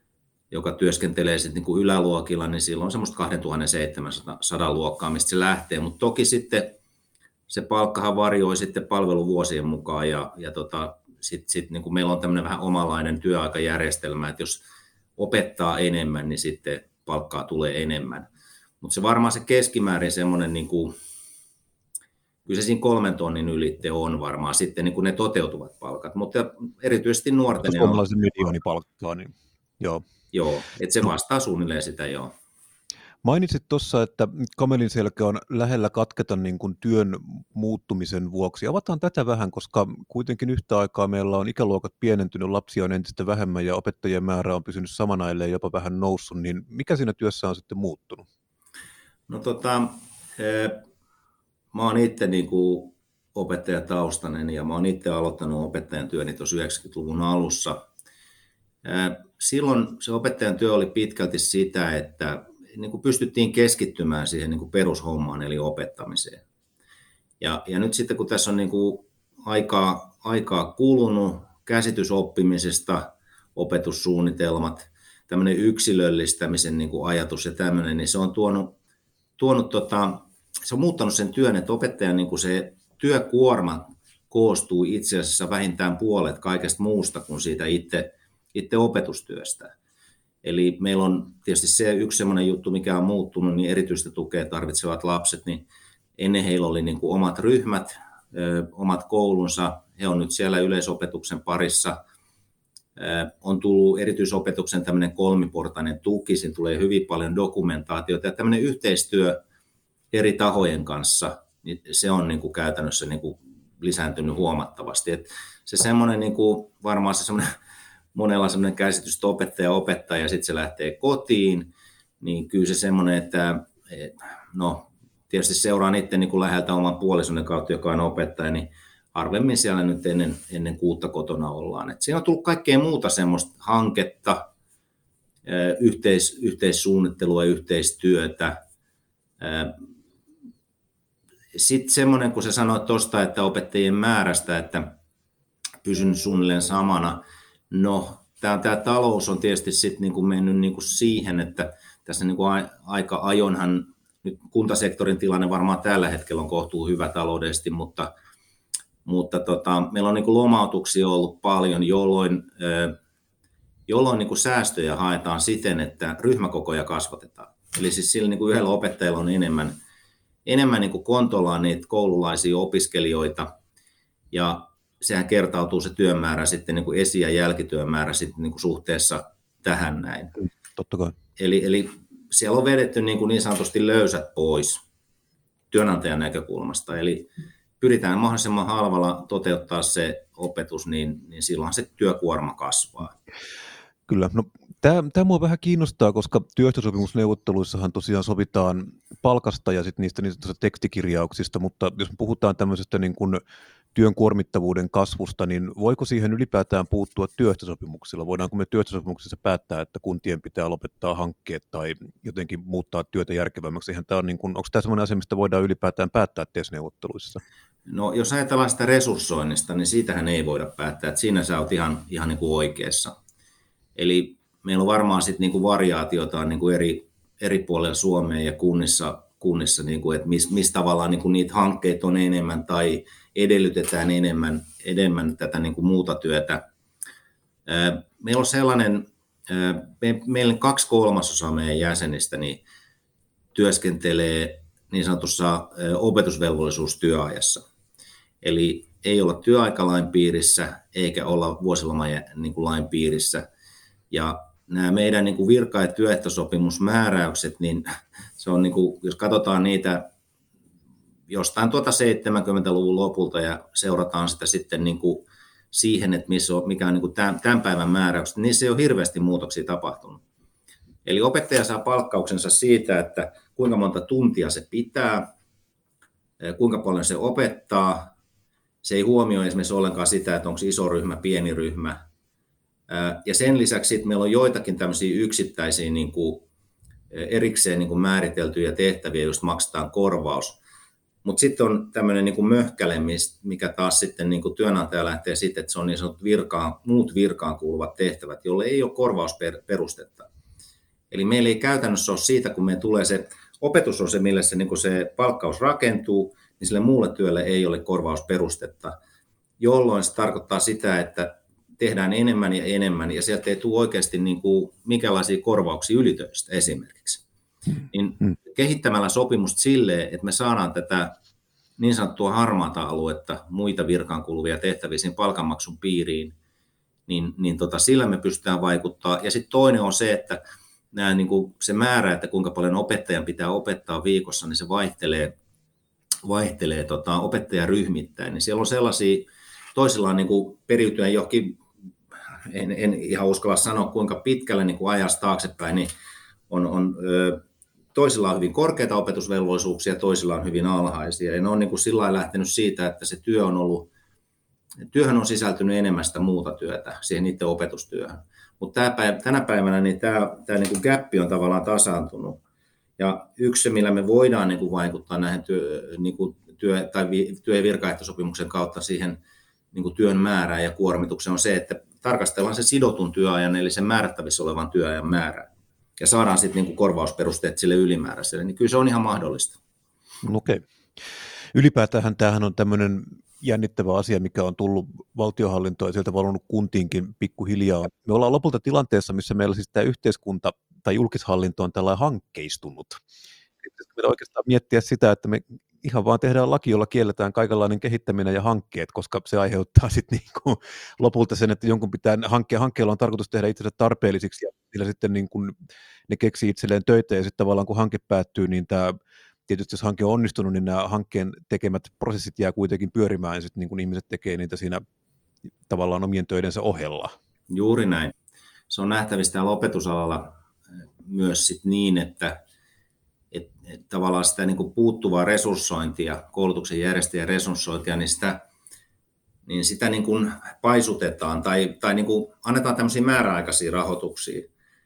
joka työskentelee sitten niin kuin yläluokilla, niin silloin on semmoista kaksituhattaseitsemänsataa luokkaa, mistä se lähtee, mutta toki sitten se palkkahan varioi sitten palveluvuosien mukaan ja, ja tota, sitten sit, niin kuin meillä on tämmöinen vähän omanlainen työaikajärjestelmä, että jos opettaa enemmän, niin sitten palkkaa tulee enemmän. Mutta se varmaan se keskimäärin semmoinen, niin kuin, kyllä se siinä kolmen tonnin ylitte on varmaan sitten niin kuin ne toteutuvat palkat, mutta erityisesti nuorten... Suomalaisen miljoonipalkkaa, niin joo. Joo, että se vastaa suunnilleen sitä, joo. Mainitsit tuossa, että kamelin selkä on lähellä katketa niin kuin työn muuttumisen vuoksi. Avataan tätä vähän, koska kuitenkin yhtä aikaa meillä on ikäluokat pienentynyt, lapsia on entistä vähemmän ja opettajien määrä on pysynyt samana, ellei jopa vähän noussut. Niin mikä siinä työssä on sitten muuttunut? No tota, mä oon itse niin kuin opettajataustainen ja mä oon itse aloittanut opettajan työni tuossa yhdeksänkymmentäluvun alussa. Silloin se opettajan työ oli pitkälti sitä, että niin kuin pystyttiin keskittymään siihen niin kuin perushommaan eli opettamiseen. Ja, ja nyt sitten kun tässä on niin kuin aikaa, aikaa kulunut, käsitys oppimisesta, opetussuunnitelmat, tämmöinen yksilöllistämisen niin kuin ajatus ja tämmöinen, niin se on tuonut, tuonut tota, se on muuttanut sen työn, että opettajan niin kuin se työkuorma koostuu itse asiassa vähintään puolet kaikesta muusta kuin siitä itse, itse opetustyöstä. Eli meillä on tietysti se yksi sellainen juttu, mikä on muuttunut, niin erityistä tukea tarvitsevat lapset, niin ennen heillä oli niin kuin omat ryhmät, ö, omat koulunsa, he on nyt siellä yleisopetuksen parissa. Ö, on tullut erityisopetuksen tämmöinen kolmiportainen tuki, siinä tulee hyvin paljon dokumentaatiota ja tämmöinen yhteistyö eri tahojen kanssa, niin se on niin kuin käytännössä niin kuin lisääntynyt huomattavasti. Et se semmoinen niin kuin, varmaan se semmoinen monella semmoinen käsitys, että opettaja opettaa ja sitten se lähtee kotiin, niin kyllä se semmoinen, että no tietysti seuraan itse niin kuin läheltä oman puolisonne kautta, joka on opettaja, niin harvemmin siellä nyt ennen, ennen kuutta kotona ollaan. Et siinä on tullut kaikkea muuta semmoista hanketta, yhteis, yhteissuunnittelua ja yhteistyötä. Sitten semmoinen, kun sä sanoit tuosta, että opettajien määrästä, että pysynyt suunnilleen samana. No, tämä, tämä talous on tietysti sitten niin kuin mennyt niin kuin siihen, että tässä niin kuin aika ajonhan, nyt kuntasektorin tilanne varmaan tällä hetkellä on kohtuu hyvä taloudellisesti, mutta, mutta tota, meillä on niin kuin lomautuksia ollut paljon, jolloin, jolloin niin kuin säästöjä haetaan siten, että ryhmäkokoja kasvatetaan. Eli siis sillä niin kuin yhdellä opettajalla on enemmän, enemmän niin kuin kontollaan niitä koululaisia opiskelijoita, ja sehän kertautuu se työmäärä sitten niin kuin esi- ja jälkityömäärä sitten niin kuin suhteessa tähän näin. Totta kai. Eli, eli siellä on vedetty niin, kuin niin sanotusti löysät pois työnantajan näkökulmasta, eli pyritään mahdollisimman halvalla toteuttaa se opetus, niin, niin silloin se työkuorma kasvaa. Kyllä. No, tämä, tämä mua vähän kiinnostaa, koska työehtosopimusneuvotteluissahan tosiaan sovitaan palkasta ja sitten niistä, niistä tekstikirjauksista, mutta jos me puhutaan tämmöisestä niin kuin työn kuormittavuuden kasvusta, niin voiko siihen ylipäätään puuttua työehtosopimuksilla? Voidaanko me työehtosopimuksissa päättää, että kuntien pitää lopettaa hankkeet tai jotenkin muuttaa työtä järkevämmäksi? Eihän tämä on niin kuin, onko tämä sellainen asia, mistä voidaan ylipäätään päättää T E S-neuvotteluissa? No, jos ajatellaan sitä resurssoinnista, niin siitähän ei voida päättää, että siinä sä oot ihan, ihan niin kuin oikeassa. Eli meillä on varmaan sitten niin kuin variaatiota niin kuin eri, eri puolilla Suomea ja kunnissa, kunnissa niin kuin, että missä mis tavallaan niin kuin niitä hankkeita on enemmän tai edellytetään enemmän, enemmän tätä niin kuin muuta työtä. Meillä on sellainen, meillä kaksi kolmasosaa meidän jäsenistä niin työskentelee niin sanotussa opetusvelvollisuustyöajassa. Eli ei olla työaikalain piirissä eikä olla vuosilomalain niin kuin lain piirissä. Ja nämä meidän niin kuin virka- ja työehtosopimusmääräykset, niin se on, niin kuin, jos katsotaan niitä jostain tuota seitsemänkymmentäluvun lopulta ja seurataan sitä sitten niin kuin siihen, että missä on, mikä on niin kuin tämän, tämän päivän määräykset, niin se ei ole hirveästi muutoksia tapahtunut. Eli opettaja saa palkkauksensa siitä, että kuinka monta tuntia se pitää, kuinka paljon se opettaa. Se ei huomioi esimerkiksi ollenkaan sitä, että onko iso ryhmä, pieni ryhmä. Ja sen lisäksi meillä on joitakin tämmöisiä yksittäisiä niin kuin erikseen niin kuin määriteltyjä tehtäviä, joista maksetaan korvaus. Mutta sitten on tämmöinen niin kuin möhkäle, mikä taas sitten niin kuin työnantaja lähtee sitten, että se on niin sanotut virkaan, muut virkaan kuuluvat tehtävät, joille ei ole korvausperustetta. Eli meillä ei käytännössä ole siitä, kun meillä tulee se opetus on se, millä se, niin kuin se palkkaus rakentuu, niin sille muulle työlle ei ole korvausperustetta, jolloin se tarkoittaa sitä, että tehdään enemmän ja enemmän, ja sieltä ei tule oikeasti niin kuin minkälaisia korvauksia ylitöistä esimerkiksi. Niin kehittämällä sopimusta silleen, että me saadaan tätä niin sanottua harmaata aluetta, muita virkaan kuuluvia tehtäviä siinä palkanmaksun piiriin, niin, niin tota, sillä me pystytään vaikuttaa. Ja sitten toinen on se, että nämä, niin kuin se määrä, että kuinka paljon opettajan pitää opettaa viikossa, niin se vaihtelee, vaihtelee tota, opettajaryhmittäin. Niin siellä on sellaisia, toisilla on niin kuin periytyen johonkin, en, en ihan uskalla sanoa kuinka pitkälle niin kuin ajasta taaksepäin, niin on, on ö, toisilla on hyvin korkeita opetusvelvollisuuksia, toisilla on hyvin alhaisia. Ja ne on niin kuin sillä lailla lähtenyt siitä, että se työ on ollut, työhön on sisältynyt enemmän sitä muuta työtä siihen niiden opetustyöhön. Mutta tänä päivänä niin tämä, tämä niin kuin gappi on tavallaan tasaantunut. Ja yksi se, millä me voidaan niin kuin vaikuttaa näihin työ, niin kuin työ, tai työ- ja virkaehtosopimuksen kautta siihen niin kuin työn määrään ja kuormitukseen, on se, että tarkastellaan se sidotun työajan, eli sen määrättävissä olevan työajan määrää. Ja saadaan sitten niin kuin korvausperusteet sille ylimääräiselle, niin kyllä se on ihan mahdollista. Okei. Okay. Ylipäätään tämähän on tämmöinen jännittävä asia, mikä on tullut valtionhallintoon ja sieltä valunut kuntiinkin pikkuhiljaa. Me ollaan lopulta tilanteessa, missä meillä siis tämä yhteiskunta tai julkishallinto on tällainen hankkeistunut. Me oikeastaan miettiä sitä, että me ihan vaan tehdään laki, jolla kielletään kaikenlainen kehittäminen ja hankkeet, koska se aiheuttaa sitten niin lopulta sen, että jonkun pitää, hankke, hankkeella on tarkoitus tehdä itsensä tarpeellisiksi ja sillä sitten niin kuin ne keksii itselleen töitä ja sitten tavallaan kun hanke päättyy, niin tämä tietysti jos hanke on onnistunut, niin nämä hankkeen tekemät prosessit jää kuitenkin pyörimään ja sitten niin kuin ihmiset tekee niitä siinä tavallaan omien töidensä ohella. Juuri näin. Se on nähtävissä täällä opetusalalla myös sit niin, että et, et tavallaan sitä niin kuin puuttuvaa resurssointia, koulutuksen järjestäjän resurssointia, niin sitä, niin sitä niin kuin paisutetaan tai, tai niin kuin annetaan tämmöisiä määräaikaisia rahoituksia.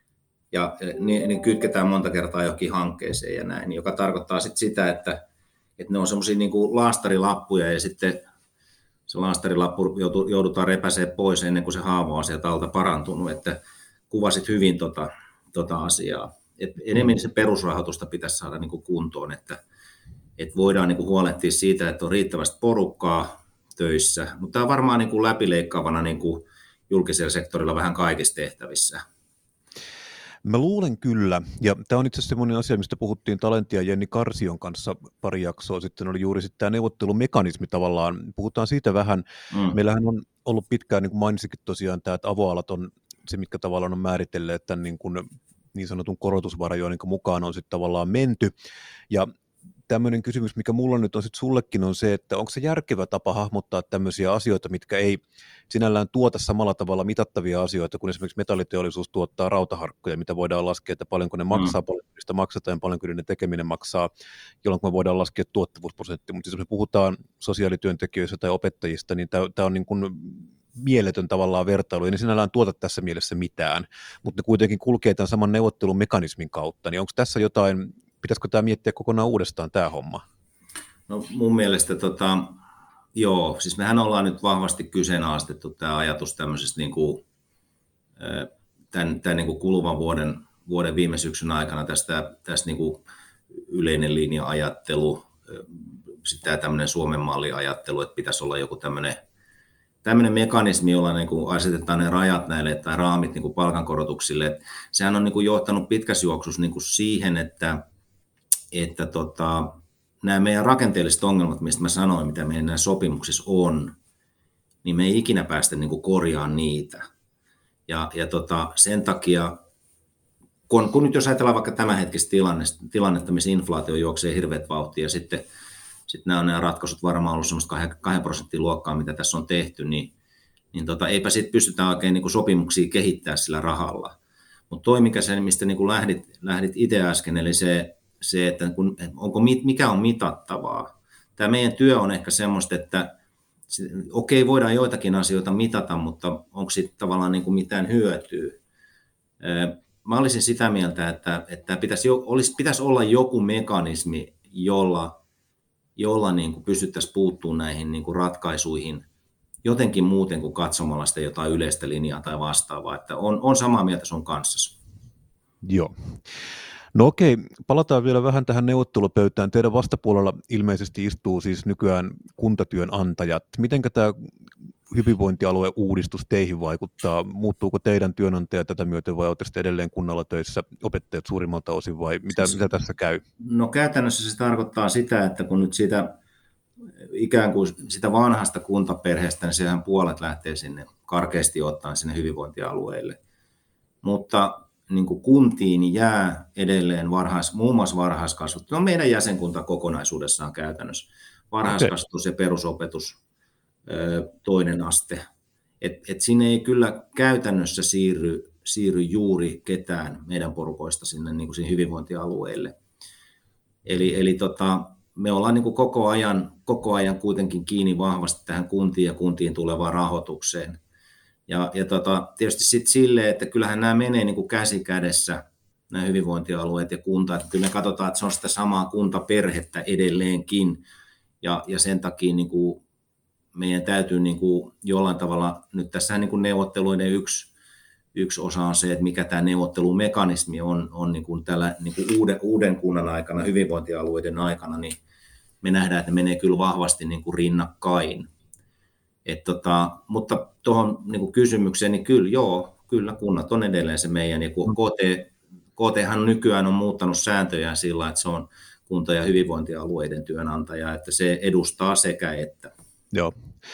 Ja niin, niin kytketään monta kertaa johonkin hankkeeseen ja näin, joka tarkoittaa sit sitä, että, että ne on semmoisia niin kuin laastarilappuja ja sitten se laastarilappu joudutaan repäsemään pois ennen kuin se haava on sieltä alta parantunut, että kuvasit hyvin tota, tota asiaa. Et enemmän se perusrahoitusta pitäisi saada niin kuin kuntoon, että, että voidaan niin kuin huolehtia siitä, että on riittävästi porukkaa töissä, mutta tämä on varmaan niin kuin läpileikkaavana niin kuin julkisella sektorilla vähän kaikissa tehtävissä. Mä luulen kyllä, ja tämä on itse asiassa semmoinen asia, mistä puhuttiin Talentia Jenni Karsion kanssa pari jaksoa sitten, oli juuri sitten tämä neuvottelumekanismi tavallaan. Puhutaan siitä vähän. Mm. Meillähän on ollut pitkään, niin kuin mainitsikin tosiaan, tämä, että avoalat on se, mitkä tavallaan on määritelleet tämän niin, kuin, niin sanotun korotusvarajoon mukaan on sitten tavallaan menty, ja tämmöinen kysymys, mikä mulla nyt on sitten sullekin, on se, että onko se järkevä tapa hahmottaa tämmöisiä asioita, mitkä ei sinällään tuota samalla tavalla mitattavia asioita, kun esimerkiksi metalliteollisuus tuottaa rautaharkkoja, mitä voidaan laskea, että paljonko ne maksaa, mm. paljonko niistä maksetaan, paljonko niiden tekeminen maksaa, jolloin me voidaan laskea tuottavuusprosentti. Mutta siis jos me puhutaan sosiaalityöntekijöistä tai opettajista, niin tämä on niin kuin mieletön tavallaan vertailu, ei ne sinällään tuota tässä mielessä mitään, mutta ne kuitenkin kulkee tämän saman neuvottelun mekanismin kautta, niin onko tässä jotain, pitäisikö tämä miettiä kokonaan uudestaan tämä homma? No mun mielestä tota, joo, siis mehän ollaan nyt vahvasti kyseenalaistettu tämä ajatus tämmöisestä niin kuin, tämän, tämän niin kuin kuluvan vuoden, vuoden viime syksyn aikana tästä, tästä niin kuin yleinen linja-ajattelu, sitten tämä tämmöinen Suomen malli-ajattelu, että pitäisi olla joku tämmöinen tämmöinen mekanismi, jolla niin kuin asetetaan ne rajat näille tai raamit niin kuin palkankorotuksille. Että sehän on niin kuin johtanut pitkässä juoksussa niin kuin siihen, että, että tota, nämä meidän rakenteelliset ongelmat, mistä mä sanoin, mitä meidän näissä sopimuksissa on, niin me ei ikinä päästä niin kuin korjaamaan niitä. Ja, ja tota, sen takia, kun, kun nyt jos ajatellaan vaikka tämänhetkistä tilannetta, tilannetta, missä inflaatio juoksee hirveät vauhtia, ja sitten, sitten nämä on nämä ratkaisut varmaan ollut semmoista kahden prosentin luokkaa, mitä tässä on tehty, niin, niin tota, eipä sitten pystytä oikein niin kuin sopimuksia kehittämään sillä rahalla. Mutta toi, mikä se, mistä niin kuin lähdit, lähdit itse äsken, eli se, se että kun, onko, mikä on mitattavaa. Tämä meidän työ on ehkä semmoista, että okei, voidaan joitakin asioita mitata, mutta onko siitä tavallaan niin kuin mitään hyötyä? Mä olisin sitä mieltä, että, että pitäisi, olisi, pitäisi olla joku mekanismi, jolla, jolla niin kuin pystyttäisiin puuttumaan näihin niin kuin ratkaisuihin jotenkin muuten kuin katsomalla sitä jotain yleistä linjaa tai vastaavaa. Että on, on samaa mieltä sun kanssa. Joo. No okei, palataan vielä vähän tähän neuvottelupöytään. Teidän vastapuolella ilmeisesti istuu siis nykyään kuntatyönantajat. Mitenkä tämä hyvinvointialueuudistus teihin vaikuttaa? Muuttuuko teidän työnantaja tätä myöten vai olette edelleen kunnalla töissä opettajat suurimmalta osin vai mitä, mitä tässä käy? No käytännössä se tarkoittaa sitä, että kun nyt siitä ikään kuin sitä vanhasta kuntaperheestä, niin sehän puolet lähtee sinne karkeasti ottaen sinne hyvinvointialueille. Mutta niin kuin kuntiin jää edelleen varhais, muun muassa varhaiskasvatus. No meidän jäsenkunta kokonaisuudessaan käytännössä. Varhaiskasvatus ja perusopetus, toinen aste. Et, et sinne ei kyllä käytännössä siirry, siirry juuri ketään meidän porukoista sinne, niin kuin sinne hyvinvointialueille. Eli, eli tota, me ollaan niin kuin koko ajan, koko ajan kuitenkin kiinni vahvasti tähän kuntiin ja kuntiin tulevaan rahoitukseen. Ja, ja tota, tietysti sitten silleen, että kyllähän nämä menee niin kuin käsi kädessä, nämä hyvinvointialueet ja kunta. Että kyllä me katsotaan, että se on sitä samaa kuntaperhettä edelleenkin. Ja, ja sen takia niin kuin meidän täytyy niin kuin jollain tavalla, nyt tässä niin kuin neuvotteluiden yksi, yksi osa on se, että mikä tämä neuvottelumekanismi on, on niin kuin tällä niin kuin uuden, uuden kunnan aikana, hyvinvointialueiden aikana, niin me nähdään, että ne menee kyllä vahvasti niin kuin rinnakkain. Et tota, mutta tuohon niin kysymykseen, niin kyllä joo, kyllä kunnat on edelleen se meidän. Ja K T, KThan nykyään on muuttanut sääntöjään sillä, että se on kunta- ja hyvinvointialueiden työnantaja, että se edustaa sekä että. Joo.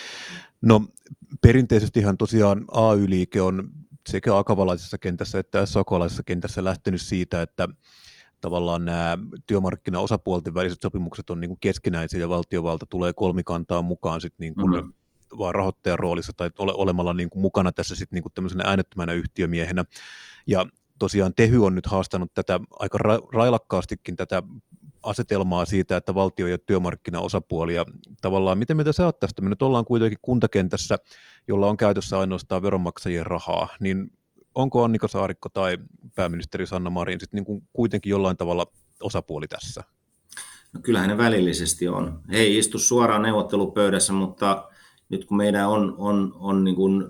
No perinteisestihan tosiaan A Y-liike on sekä akavalaisessa kentässä että S A K-laisessa kentässä lähtenyt siitä, että tavallaan nämä työmarkkinaosapuolten väliset sopimukset on niin kuin keskinäisiä ja valtiovalta tulee kolmikantaan mukaan sitten niin kuin mm-hmm. vaan rahoittajan roolissa tai ole, olemalla niin kuin mukana tässä sitten niin kuin tämmöisenä äänettömänä yhtiömiehenä. Ja tosiaan Tehy on nyt haastanut tätä aika ra- railakkaastikin tätä asetelmaa siitä, että valtio ja työmarkkinaosapuolia tavallaan, miten me sä oot tästä? Me nyt ollaan kuitenkin kuntakentässä, jolla on käytössä ainoastaan veronmaksajien rahaa, niin onko Annika Saarikko tai pääministeri Sanna Marin sitten niin kuin kuitenkin jollain tavalla osapuoli tässä? No kyllähän ne välillisesti on. He ei istu suoraan neuvottelupöydässä, mutta nyt kun meidän on, on, on niin kuin,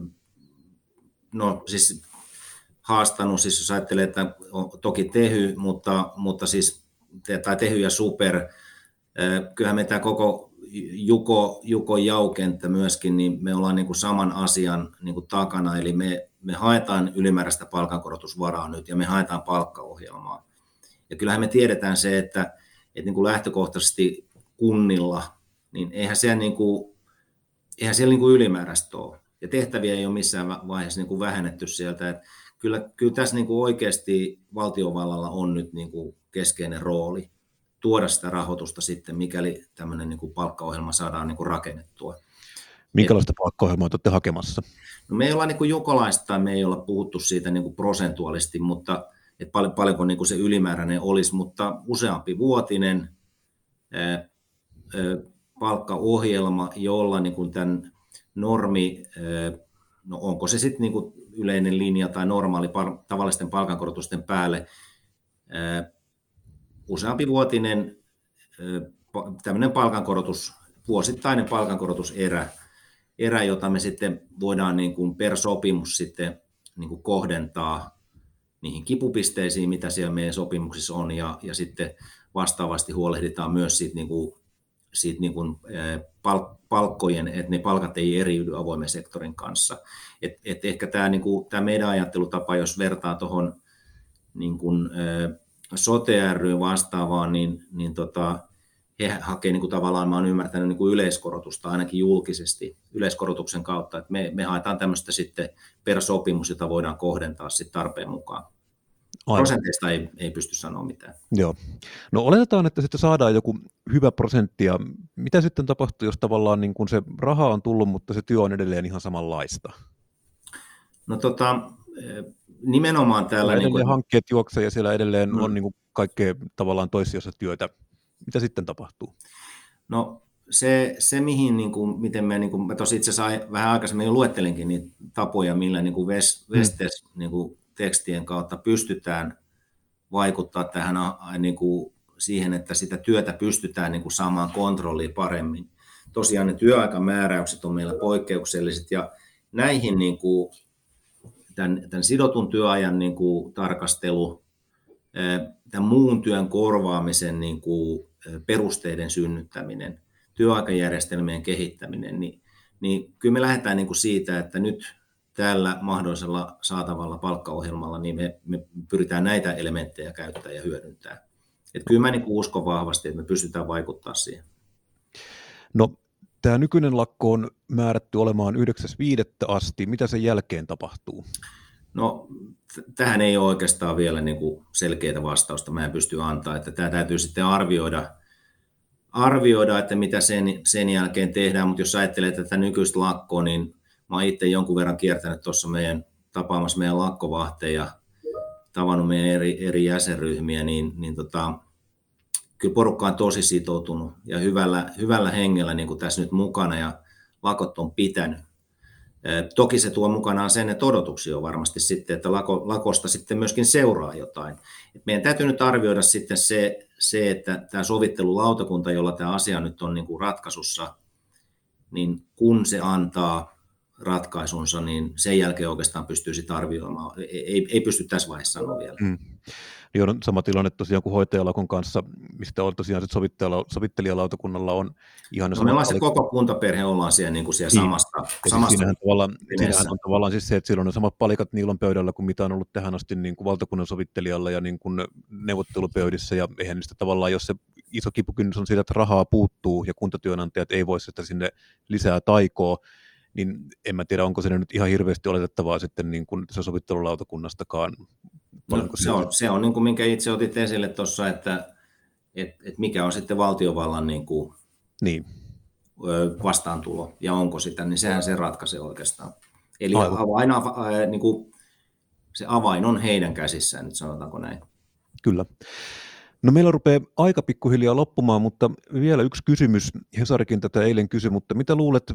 no siis haastanut, siis jos ajattelee, että on toki Tehy, mutta, mutta siis tai Tehy ja Super, kyllähän me tämä koko Juko, Juko Jaukenttä myöskin, niin me ollaan niin kuin saman asian niin kuin takana, eli me, me haetaan ylimääräistä palkankorotusvaraa nyt ja me haetaan palkkaohjelmaa. Ja kyllähän me tiedetään se, että, että niin kuin lähtökohtaisesti kunnilla, niin eihän siellä, niin kuin, eihän siellä niin kuin ylimääräistä ole. Ja tehtäviä ei ole missään vaiheessa niin kuin vähennetty sieltä. Että kyllä, kyllä tässä niin kuin oikeasti valtiovallalla on nyt niin kuin keskeinen rooli tuoda sitä rahoitusta sitten, mikäli tämmöinen niin kuin palkkaohjelma saadaan niin kuin rakennettua. Minkälaista palkkaohjelmaa olette hakemassa? No me ei olla niin kuin jokalaista, me ei olla puhuttu siitä niin kuin prosentuaalisesti, mutta että pal- paljonko niin kuin se ylimääräinen olisi, mutta useampi vuotinen ää, ää, palkkaohjelma, jolla niin kuin tämän normi, ää, no onko se sitten niin kuin yleinen linja tai normaali par- tavallisten palkankorotusten päälle, ää, useampi vuotinen ää, tämmöinen palkankorotus, vuosittainen palkankorotuserä, erä, jota me sitten voidaan niin kuin per sopimus sitten niin kuin kohdentaa niihin kipupisteisiin, mitä siellä meidän sopimuksissa on, ja, ja sitten vastaavasti huolehditaan myös siitä, niin kuin, siitä niin kuin, palk- palkkojen, että ne palkat ei eriydy avoimen sektorin kanssa. Et, et ehkä tämä, niin kuin, tämä meidän ajattelutapa, jos vertaa tuohon niin kuin, sote ry vastaavaan, niin, niin tota, he hakevat niin kuin tavallaan, mä olen ymmärtänyt, niin kuin yleiskorotusta ainakin julkisesti, yleiskorotuksen kautta, että me, me haetaan tämmöistä sitten per sopimus, jota voidaan kohdentaa sitten tarpeen mukaan. Aivan. Prosenteista ei, ei pysty sanoa mitään. Joo. No oletetaan, että sitten saadaan joku hyvä prosentti, ja mitä sitten tapahtuu, jos tavallaan niin kuin se raha on tullut, mutta se työ on edelleen ihan samanlaista? No tota, nimenomaan täällä... Edelleen niin kuin... hankkeet juoksee ja siellä edelleen mm. on niin kuin kaikkea tavallaan toissijaista työtä. Mitä sitten tapahtuu? No se, se mihin, niin kuin, miten me, niin kuin, mä tuossa itse asiassa vähän aikaisemmin jo luettelinkin niitä tapoja, millä niin kuin Vestes mm. niin kuin tekstien kautta pystytään vaikuttaa tähän niin kuin siihen, että sitä työtä pystytään niin kuin saamaan kontrolliin paremmin. Tosiaan ne työaikamääräykset on meillä poikkeukselliset, ja näihin niin kuin, tämän, tämän sidotun työajan niin kuin tarkastelu, tämän muun työn korvaamisen niin kuin perusteiden synnyttäminen, työaikajärjestelmien kehittäminen, niin, niin kyllä me lähdetään niin kuin siitä, että nyt tällä mahdollisella saatavalla palkkaohjelmalla niin me, me pyritään näitä elementtejä käyttää ja hyödyntää. Että kyllä mä niin kuin uskon vahvasti, että me pystytään vaikuttamaan siihen. No, tämä nykyinen lakko on määrätty olemaan yhdeksäs viidettä asti. Mitä sen jälkeen tapahtuu? No, t- tähän ei ole oikeastaan vielä niin kuin selkeää vastausta, mä en pysty antaa, että tämä täytyy sitten arvioida, arvioida että mitä sen, sen jälkeen tehdään, mutta jos ajattelee tätä nykyistä lakkoa, niin mä oon itse jonkun verran kiertänyt tuossa meidän tapaamassa meidän lakkovahteja, tavannut meidän eri, eri jäsenryhmiä, niin, niin tota, kyllä porukka on tosi sitoutunut ja hyvällä, hyvällä hengellä niin kuin tässä nyt mukana, ja lakot on pitänyt. Toki se tuo mukanaan sen, että odotuksia on varmasti sitten, että lako, lakosta sitten myöskin seuraa jotain. Et meidän täytyy nyt arvioida sitten se, se, että tämä sovittelulautakunta, jolla tämä asia nyt on niin kuin ratkaisussa, niin kun se antaa ratkaisunsa, niin sen jälkeen oikeastaan pystyy sitä arvioimaan. Ei, ei pysty tässä vaiheessa sanoa vielä. Mm. Niin on sama tilanne tosiaan kuin hoitajalakon kanssa, mistä on tosiaan sovittelijalautakunnalla on ihan... No me ollaan se koko kuntaperhe, ollaan siellä, niin kuin siellä niin. samasta... samasta siinähän, tavallaan, siinähän on tavallaan siis se, että silloin on samat palikat niillä on pöydällä kuin mitä on ollut tähän asti niin kuin valtakunnan sovittelijalla ja niin kuin neuvottelupöydissä, ja eihän niistä tavallaan, jos se iso kipukynnys on siitä, että rahaa puuttuu ja kuntatyönantajat ei voi sitä sinne lisää taikoa, niin en mä tiedä, onko se nyt ihan hirveästi oletettavaa sitten niin kuin tässä sovittelulautakunnastakaan. No, se, on, se on niin kuin minkä itse otit esille tuossa, että et, et mikä on sitten valtiovallan niin kuin niin. vastaantulo ja onko sitä, niin sehän se ratkaisee oikeastaan. Eli avain, ä, niin kuin, se avain on heidän käsissään, nyt sanotaanko näin. Kyllä. No meillä rupeaa aika pikkuhiljaa loppumaan, mutta vielä yksi kysymys. Hesarikin tätä eilen kysyi, mutta mitä luulet,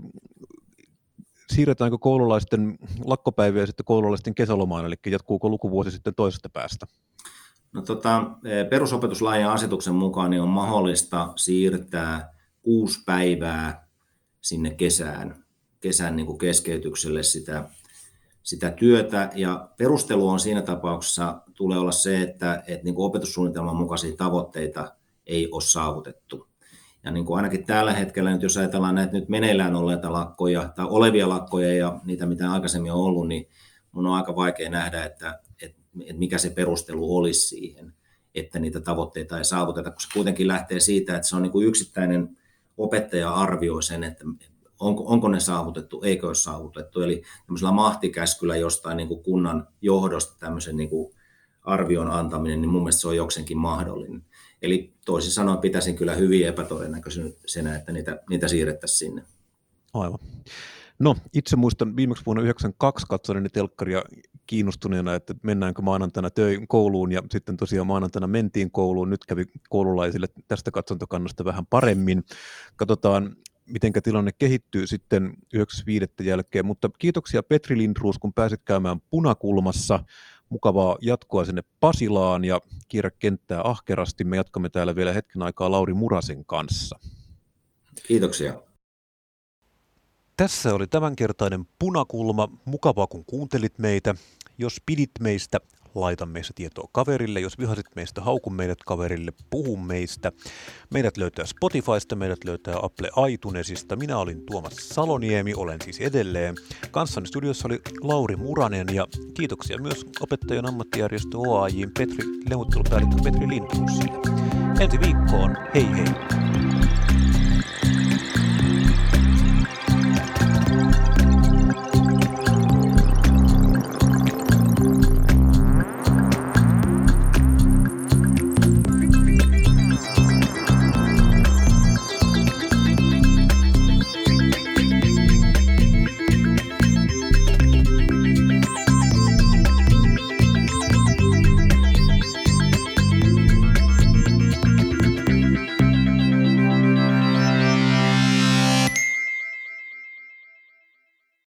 siirretäänkö koululaisten lakkopäiviä sitten koululaisten kesälomaan, eli jatkuuko lukuvuosi sitten toisesta päästä? No, tota, perusopetuslain ja asetuksen mukaan niin on mahdollista siirtää kuusi päivää sinne kesään, kesän niin kuin keskeytykselle sitä, sitä työtä, ja perustelu on siinä tapauksessa tulee olla se, että, että niin kuin opetussuunnitelman mukaisia tavoitteita ei ole saavutettu. Ja niin kuin ainakin tällä hetkellä, nyt jos ajatellaan näitä nyt meneillään olleita lakkoja tai olevia lakkoja ja niitä, mitä aikaisemmin on ollut, niin mun on aika vaikea nähdä, että, että, että mikä se perustelu olisi siihen, että niitä tavoitteita ei saavuteta, kun se kuitenkin lähtee siitä, että se on niin kuin yksittäinen opettaja arvioi sen, että onko, onko ne saavutettu, eikö ole saavutettu. Eli tämmöisellä mahtikäskyllä jostain niin kuin kunnan johdosta tämmöisen niin kuin arvion antaminen, niin mun mielestä se on jokseenkin mahdollinen. Eli toisin sanoen pitäisin kyllä hyvin epätodennäköisenä, että niitä, niitä siirrettäisiin sinne. Aivan. No, itse muistan viimeksi vuonna yhdeksänkymmentäkaksi katsoneeni telkkaria kiinnostuneena, että mennäänkö maanantaina töihin kouluun, ja sitten tosiaan maanantaina mentiin kouluun. Nyt kävi koululaisille tästä katsontokannasta vähän paremmin. Katsotaan, mitenkä tilanne kehittyy sitten yhdeksänkymmentäviisi jälkeen, mutta kiitoksia Petri Lindroos, kun pääsit käymään Punakulmassa. Mukavaa jatkoa sinne Pasilaan ja kierrä kenttää ahkerasti. Me jatkamme täällä vielä hetken aikaa Lauri Murasen kanssa. Kiitoksia. Tässä oli tämänkertainen Punakulma. Mukavaa, kun kuuntelit meitä. Jos pidit meistä, laita meistä tietoa kaverille. Jos vihasit meistä, hauku meidät kaverille, puhu meistä. Meidät löytää Spotifysta, meidät löytää Apple iTunesista. Minä olin Tuomas Saloniemi, olen siis edelleen. Kanssani studiossa oli Lauri Muranen ja kiitoksia myös opettajan ammattijärjestö O A J:n Petri, neuvottelupäällikkö Petri Lindroosille. Ensi viikkoon, hei hei!